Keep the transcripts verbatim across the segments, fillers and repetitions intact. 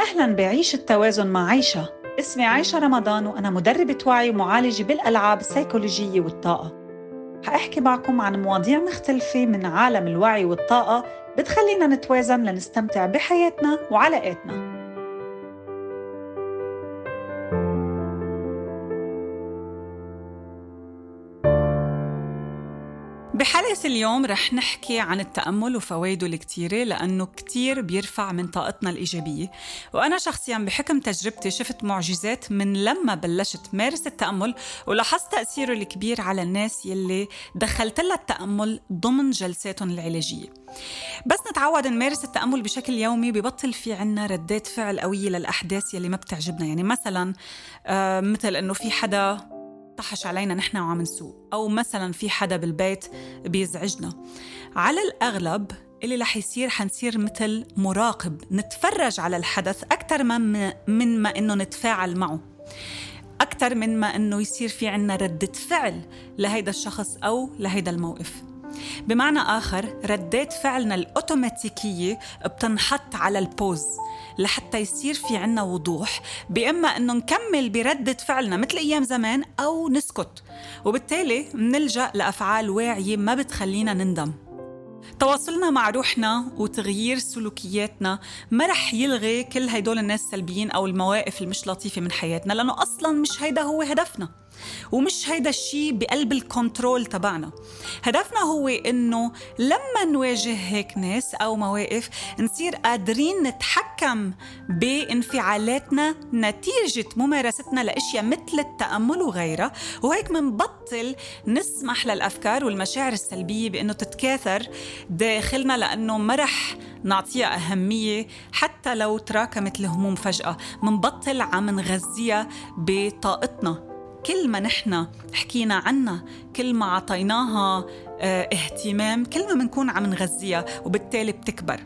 أهلاً بعيش التوازن مع عيشة. اسمي عيشة رمضان وأنا مدربة وعي ومعالجة بالألعاب السيكولوجية والطاقة. حأحكي معكم عن مواضيع مختلفة من عالم الوعي والطاقة بتخلينا نتوازن لنستمتع بحياتنا وعلاقاتنا. بحلقة اليوم رح نحكي عن التأمل وفوائده الكتيرة، لأنه كتير بيرفع من طاقتنا الإيجابية. وأنا شخصياً بحكم تجربتي شفت معجزات من لما بلشت مارس التأمل، ولاحظت تأثيره الكبير على الناس يلي دخلت لها التأمل ضمن جلساتهم العلاجية. بس نتعود نمارس التأمل بشكل يومي ببطل في عنا ردات فعل قوية للأحداث يلي ما بتعجبنا. يعني مثلاً آه مثل أنه في حدا طحش علينا نحن وعم نسوق، أو مثلا في حدا بالبيت بيزعجنا. على الأغلب اللي رح يصير حنصير مثل مراقب، نتفرج على الحدث أكتر من, من ما إنه نتفاعل معه، أكتر من ما إنه يصير في عنا ردة فعل لهيدا الشخص أو لهيدا الموقف. بمعنى آخر، ردات فعلنا الأوتوماتيكية بتنحط على البوز لحتى يصير في عنا وضوح، بإما أنه نكمل بردة فعلنا مثل أيام زمان أو نسكت، وبالتالي منلجأ لأفعال واعية ما بتخلينا نندم. تواصلنا مع روحنا وتغيير سلوكياتنا ما رح يلغي كل هيدول الناس السلبيين أو المواقف المش لطيفة من حياتنا، لأنه أصلاً مش هيدا هو هدفنا، ومش هيدا الشيء بقلب الكنترول تبعنا. هدفنا هو إنه لما نواجه هيك ناس أو مواقف نصير قادرين نتحكم بانفعالاتنا نتيجة ممارستنا لأشياء مثل التأمل وغيرها، وهيك منبطل نسمح للأفكار والمشاعر السلبية بأنه تتكاثر داخلنا، لأنه ما رح نعطيها أهمية حتى لو تراكمت الهموم فجأة. منبطل عم نغذيها بطاقتنا. كل ما نحن حكينا عنها، كل ما عطيناها اه اهتمام، كل ما منكون عم نغذيها، وبالتالي بتكبر.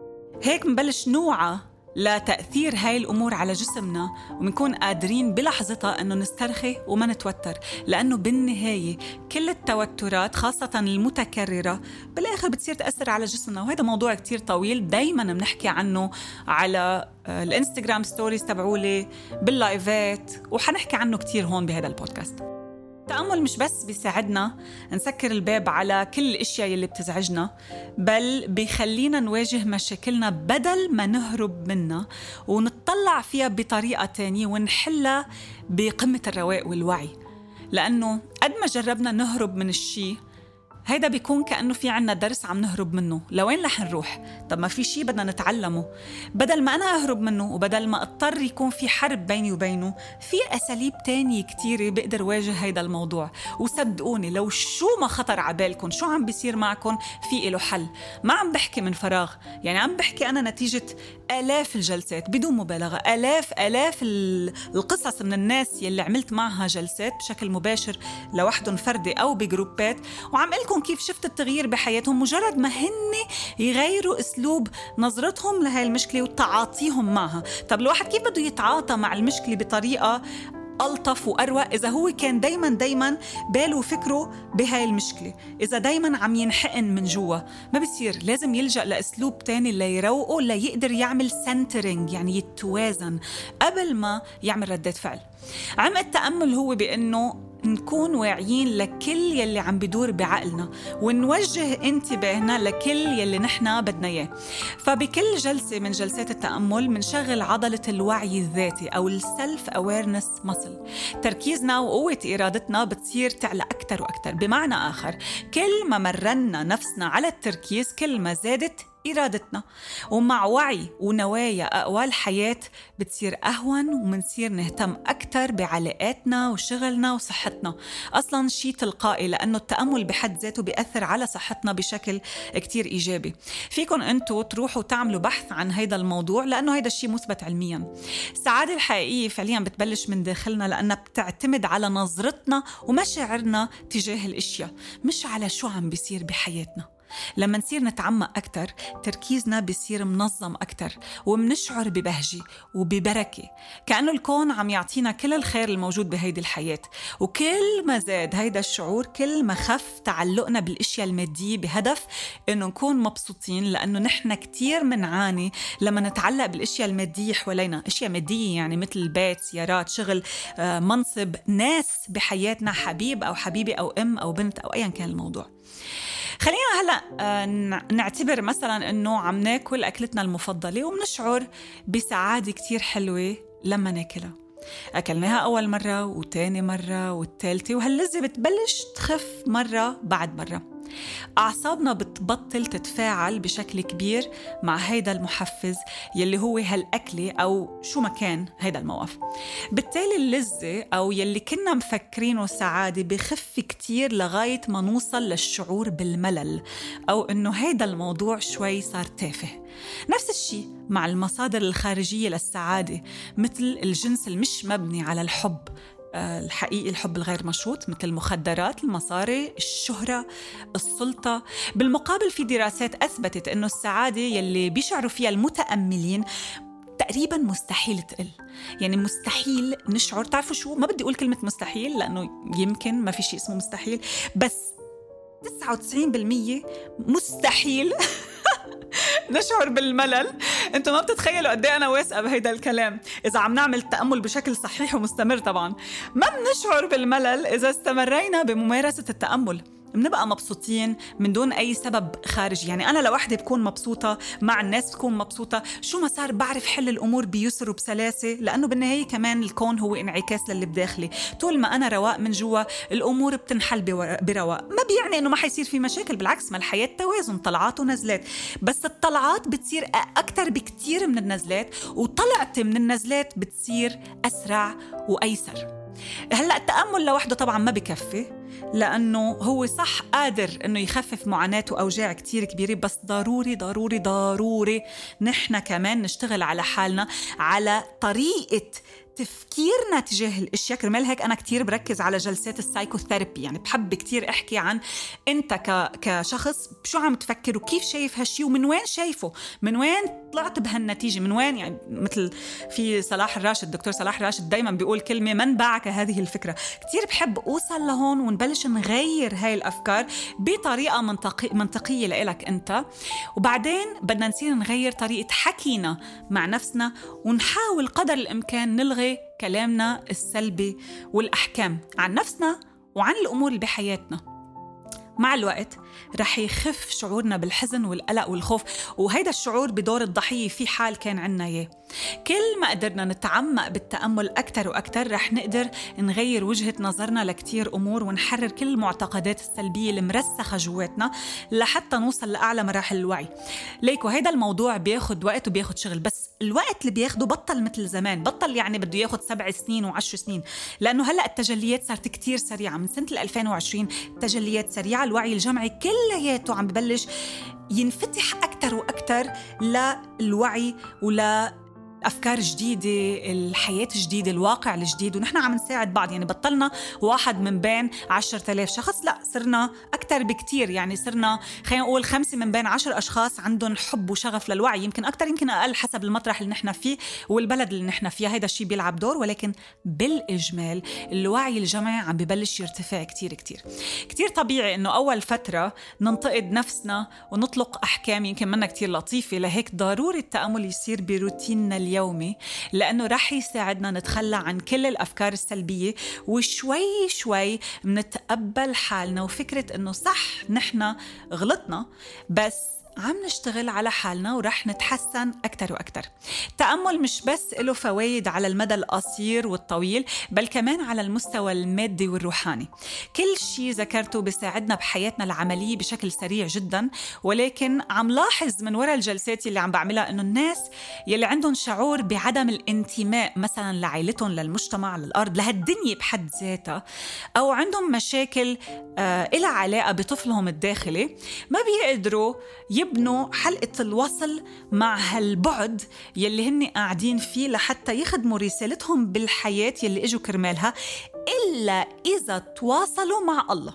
هيك منبلش نوعى لتأثير هاي الأمور على جسمنا، ومنكون قادرين بلحظتها أنه نسترخي وما نتوتر، لأنه بالنهاية كل التوترات خاصة المتكررة بالآخر بتصير تأثر على جسمنا. وهذا موضوع كتير طويل دايما بنحكي عنه على الانستغرام ستوريز تبعولي باللايفات، وحنحكي عنه كتير هون بهذا البودكاست. التأمل مش بس بيساعدنا نسكر الباب على كل الاشياء اللي بتزعجنا، بل بيخلينا نواجه مشاكلنا بدل ما نهرب منها، ونتطلع فيها بطريقة تانية ونحلها بقمة الرواق والوعي. لأنه قد ما جربنا نهرب من الشيء، هيدا بيكون كأنه في عنا درس عم نهرب منه. لوين رح نروح؟ طب ما في شيء بدنا نتعلمه. بدل ما أنا أهرب منه وبدل ما اضطر يكون في حرب بيني وبينه، في أساليب تانية كتيرة بقدر واجه هيدا الموضوع. وصدقوني لو شو ما خطر عبالكم، شو عم بيصير معكم، في إله حل. ما عم بحكي من فراغ، يعني عم بحكي أنا نتيجة آلاف الجلسات بدون مبالغة، آلاف آلاف القصص من الناس يلي عملت معها جلسات بشكل مباشر لوحدهم فردي أو بجروبات، وعم لكم كيف شفت التغيير بحياتهم مجرد ما هن يغيروا أسلوب نظرتهم لهاي المشكلة وتعاطيهم معها. طب الواحد كيف بده يتعاطى مع المشكلة بطريقة ألطف وأروع إذا هو كان دايما دايما باله وفكره بهاي المشكلة؟ إذا دايما عم ينحقن من جوا ما بيصير. لازم يلجأ لأسلوب تاني اللي يروقه، اللي يقدر يعمل سنترينج، يعني يتوازن قبل ما يعمل ردات فعل. عم التأمل هو بأنه نكون واعيين لكل يلي عم بدور بعقلنا، ونوجه انتباهنا لكل يلي نحنا بدنا اياه. فبكل جلسة من جلسات التأمل منشغل عضلة الوعي الذاتي أو السلف أويرنس مسل. تركيزنا وقوة إرادتنا بتصير تعلى أكتر وأكتر. بمعنى آخر، كل ما مرنا نفسنا على التركيز كل ما زادت إرادتنا، ومع وعي ونوايا أقوال الحياة بتصير أهون، ومنصير نهتم أكتر بعلاقاتنا وشغلنا وصحتنا. أصلاً شيء تلقائي، لأنه التأمل بحد ذاته بيأثر على صحتنا بشكل كتير إيجابي. فيكن أنتوا تروحوا تعملوا بحث عن هيدا الموضوع، لأنه هيدا الشيء مثبت علمياً. السعادة الحقيقية فعلياً بتبلش من داخلنا، لأنها بتعتمد على نظرتنا ومشاعرنا تجاه الأشياء، مش على شو عم بيصير بحياتنا. لما نصير نتعمق أكتر تركيزنا بيصير منظم أكتر، ومنشعر ببهجة وببركة، كأنه الكون عم يعطينا كل الخير الموجود بهيدي الحياة. وكل ما زاد هيدا الشعور كل ما خف تعلقنا بالأشياء المادية، بهدف إنه نكون مبسوطين، لأنه نحن كتير منعاني لما نتعلق بالأشياء المادية حوالينا. أشياء مادية يعني مثل البيت، سيارات، شغل، منصب، ناس بحياتنا، حبيب أو حبيبة أو أم أو بنت أو أيا كان الموضوع. خلينا هلأ نعتبر مثلا أنه عم ناكل أكلتنا المفضلة ومنشعر بسعادة كتير حلوة لما ناكلها. أكلناها أول مرة وتاني مرة والتالتة، وهاللذة بتبلش تخف مرة بعد مرة. أعصابنا بتبطل تتفاعل بشكل كبير مع هيدا المحفز يلي هو هالأكلة أو شو ما كان هيدا الموقف. بالتالي اللذة أو يلي كنا مفكرينه سعادة بخف كتير لغاية ما نوصل للشعور بالملل، أو إنه هيدا الموضوع شوي صار تافه. نفس الشيء مع المصادر الخارجية للسعادة، مثل الجنس المش مبني على الحب الحقيقي، الحب الغير مشروط، مثل المخدرات، المصاري، الشهرة، السلطة. بالمقابل في دراسات أثبتت أنه السعادة يلي بيشعروا فيها المتأملين تقريبا مستحيل تقل. يعني مستحيل نشعر، تعرفوا شو، ما بدي أقول كلمة مستحيل لأنه يمكن ما في شيء اسمه مستحيل، بس تسعة وتسعين بالمية مستحيل نشعر بالملل. انتم ما بتتخيلوا قد ايه انا واثقه بهيدا الكلام. اذا عم نعمل تامل بشكل صحيح ومستمر طبعا ما بنشعر بالملل اذا استمرينا بممارسه التامل. بنبقى مبسوطين من دون أي سبب خارجي. يعني أنا لوحدي بكون مبسوطة، مع الناس بكون مبسوطة، شو ما صار بعرف حل الأمور بيسر وبسلاسة، لأنه بالنهاية كمان الكون هو انعكاس للي بداخلي. طول ما أنا رواق من جوا الأمور بتنحل برواق. ما بيعني إنه ما حيصير في مشاكل، بالعكس، ما الحياة توازن، طلعات ونزلات، بس الطلعات بتصير أكتر بكتير من النزلات، وطلعت من النزلات بتصير أسرع وأيسر. هلأ التأمل لوحده طبعا ما بكفي، لأنه هو صح قادر أنه يخفف معاناة وأوجاع كتير كبيرة، بس ضروري ضروري ضروري نحن كمان نشتغل على حالنا، على طريقة تفكيرنا تجاه الاشياء. كرمال هيك انا كتير بركز على جلسات السايكوثيرابي. يعني بحب كتير احكي عن انت ك... كشخص شو عم تفكر وكيف شايف هالشي ومن وين شايفه، من وين طلعت بهالنتيجه، من وين. يعني مثل في صلاح الراشد، الدكتور صلاح الراشد دايما بيقول كلمه: من باعك هذه الفكره. كتير بحب اوصل لهون ونبلش نغير هاي الافكار بطريقه منطقي... منطقيه لإلك انت، وبعدين بدنا نصير نغير طريقه حكينا مع نفسنا، ونحاول قدر الامكان نلغي كلامنا السلبي والأحكام عن نفسنا وعن الأمور اللي بحياتنا. مع الوقت رح يخف شعورنا بالحزن والقلق والخوف، وهيدا الشعور بدور الضحية في حال كان عنا إياه. كل ما قدرنا نتعمق بالتأمل أكتر وأكتر رح نقدر نغير وجهة نظرنا لكتير أمور، ونحرر كل المعتقدات السلبية اللي مرسخة جواتنا لحتى نوصل لأعلى مراحل الوعي. ليكو هيدا الموضوع بياخد وقت وبياخد شغل، بس الوقت اللي بياخده بطل مثل زمان، بطل يعني بده ياخد سبع سنين وعشر سنين، لأنه هلأ التجليات صارت كتير سريعة. من سنة ألفين وعشرين تجليات سريعة، الوعي الجمعي كلياته عم ببلش ينفتح أكتر وأكتر للوعي ولا أفكار جديدة، الحياة الجديدة، الواقع الجديد، ونحن عم نساعد بعض. يعني بطلنا واحد من بين عشرة آلاف شخص، لا صرنا أكتر بكتير. يعني صرنا خلينا نقول خمسة من بين عشر أشخاص عندهم حب وشغف للوعي، يمكن أكتر يمكن أقل حسب المطرح اللي نحن فيه والبلد اللي نحن فيها. هيدا الشيء بيلعب دور، ولكن بالإجمال الوعي الجمعي عم ببلش يرتفع كتير كتير كتير. طبيعي إنه أول فترة ننتقد نفسنا ونطلق أحكام يمكن منا كتير لطيفة، لهيك ضروري التأمل يصير بروتيننا اليومي، لأنه رح يساعدنا نتخلى عن كل الأفكار السلبية، وشوي شوي منتقبل حالنا وفكرة أنه صح نحن غلطنا، بس عم نشتغل على حالنا ورح نتحسن أكتر وأكتر. التأمل مش بس له فوائد على المدى القصير والطويل، بل كمان على المستوى المادي والروحاني. كل شيء ذكرته بيساعدنا بحياتنا العملية بشكل سريع جدا، ولكن عم لاحظ من وراء الجلسات اللي عم بعملها أنه الناس يلي عندهم شعور بعدم الانتماء مثلا لعائلتهم، للمجتمع، للأرض، لهالدنيا بحد ذاتها، أو عندهم مشاكل آه إلها علاقة بطفلهم الداخلي، ما بيقدروا يبنوا حلقة الوصل مع هالبعد يلي هن قاعدين فيه لحتى يخدموا رسالتهم بالحياة يلي اجوا كرمالها، إلا إذا تواصلوا مع الله.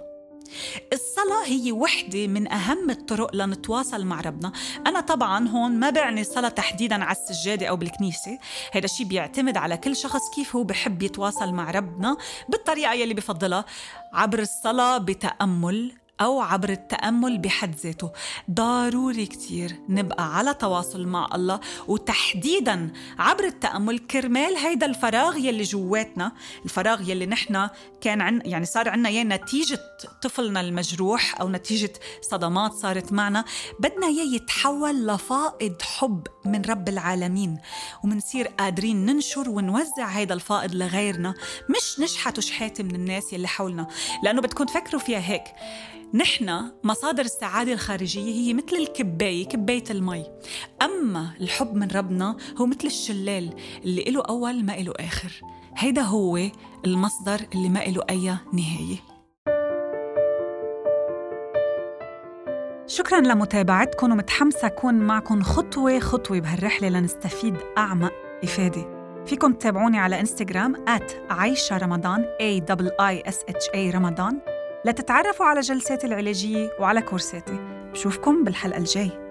الصلاة هي وحدة من أهم الطرق لنتواصل مع ربنا. أنا طبعاً هون ما بعني الصلاة تحديداً على السجادة أو بالكنيسة، هذا الشيء بيعتمد على كل شخص كيف هو بحب يتواصل مع ربنا بالطريقة يلي بفضلها، عبر الصلاة بتأمل أو عبر التأمل بحد ذاته. ضروري كتير نبقى على تواصل مع الله، وتحديداً عبر التأمل كرمال هيدا الفراغ يلي جواتنا، الفراغ يلي نحنا كان عن يعني صار عنا يه نتيجة طفلنا المجروح أو نتيجة صدمات صارت معنا، بدنا يه يتحول لفائض حب من رب العالمين، ومنصير قادرين ننشر ونوزع هيدا الفائض لغيرنا، مش نشحت وشحات من الناس يلي حولنا. لأنه بدكم تفكروا فيها هيك، نحن مصادر السعادة الخارجية هي مثل الكباية، كباية المي، أما الحب من ربنا هو مثل الشلال اللي إله أول ما إله آخر. هيدا هو المصدر اللي ما إله أي نهاية. شكراً لمتابعتكم، ومتحمسة أكون معكم خطوة خطوة بهالرحلة لنستفيد أعمق إفادة. فيكم تتابعوني على إنستغرام آت عايشة رمضان A I S H A رمضان لتتعرفوا على جلساتي العلاجية وعلى كورساتي. بشوفكم بالحلقة الجاي.